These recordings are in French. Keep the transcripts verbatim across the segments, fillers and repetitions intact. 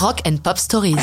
Rock and Pop Stories.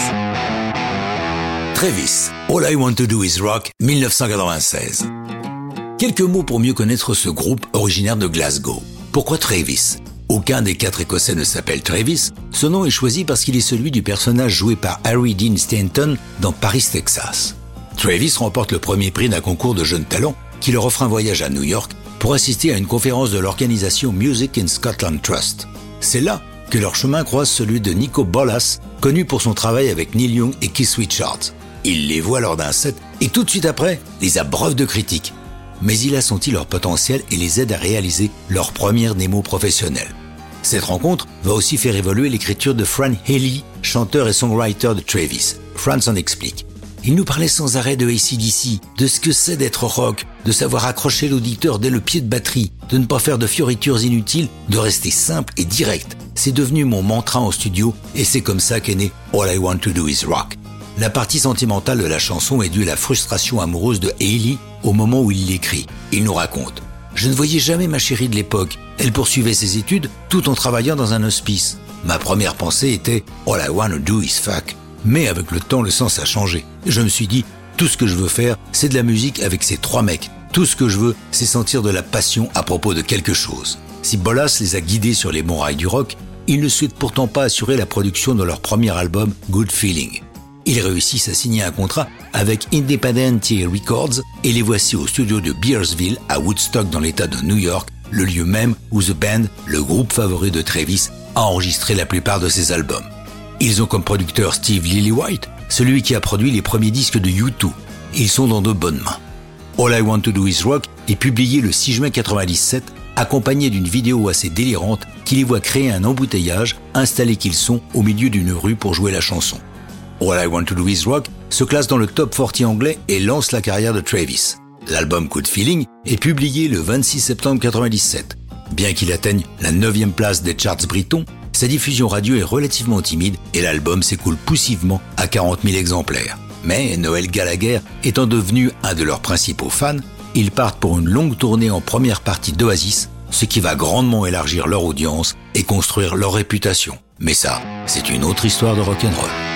Travis, All I Want to Do Is Rock, dix-neuf cent quatre-vingt-seize. Quelques mots pour mieux connaître ce groupe originaire de Glasgow. Pourquoi Travis ? Aucun des quatre Écossais ne s'appelle Travis. Ce nom est choisi parce qu'il est celui du personnage joué par Harry Dean Stanton dans Paris, Texas. Travis remporte le premier prix d'un concours de jeunes talents qui leur offre un voyage à New York pour assister à une conférence de l'organisation Music in Scotland Trust. C'est là que leur chemin croise celui de Nico Bolas, connu pour son travail avec Neil Young et Keith Richards. Il les voit lors d'un set et tout de suite après, les abreuve de critiques. Mais il a senti leur potentiel et les aide à réaliser leur première démo professionnelle. Cette rencontre va aussi faire évoluer l'écriture de Fran Haley, chanteur et songwriter de Travis. Fran s'en explique. Il nous parlait sans arrêt de A C D C, de ce que c'est d'être rock, de savoir accrocher l'auditeur dès le pied de batterie, de ne pas faire de fioritures inutiles, de rester simple et direct. C'est devenu mon mantra en studio et c'est comme ça qu'est né All I Want to Do Is Rock. La partie sentimentale de la chanson est due à la frustration amoureuse de Haley au moment où il l'écrit. Il nous raconte « Je ne voyais jamais ma chérie de l'époque. Elle poursuivait ses études tout en travaillant dans un hospice. Ma première pensée était « All I want to do is fuck ». Mais avec le temps, le sens a changé. Je me suis dit « Tout ce que je veux faire, c'est de la musique avec ces trois mecs. Tout ce que je veux, c'est sentir de la passion à propos de quelque chose. » Si Bolas les a guidés sur les bons rails du rock, ils ne souhaitent pourtant pas assurer la production de leur premier album « Good Feeling ». Ils réussissent à signer un contrat avec Independent Records et les voici au studio de Bearsville à Woodstock dans l'état de New York, le lieu même où The Band, le groupe favori de Travis, a enregistré la plupart de ses albums. Ils ont comme producteur Steve Lillywhite, celui qui a produit les premiers disques de U deux. Ils sont dans de bonnes mains. All I Want to Do Is Rock est publié le six juin quatre-vingt-dix-sept, accompagné d'une vidéo assez délirante qui les voit créer un embouteillage, installés qu'ils sont au milieu d'une rue pour jouer la chanson. All I Want to Do Is Rock se classe dans le top quarante anglais et lance la carrière de Travis. L'album Good Feeling est publié le vingt-six septembre quatre-vingt-dix-sept. Bien qu'il atteigne la neuvième place des charts britons, sa diffusion radio est relativement timide et l'album s'écoule poussivement à quarante mille exemplaires. Mais Noel Gallagher étant devenu un de leurs principaux fans, ils partent pour une longue tournée en première partie d'Oasis, ce qui va grandement élargir leur audience et construire leur réputation. Mais ça, c'est une autre histoire de rock'n'roll.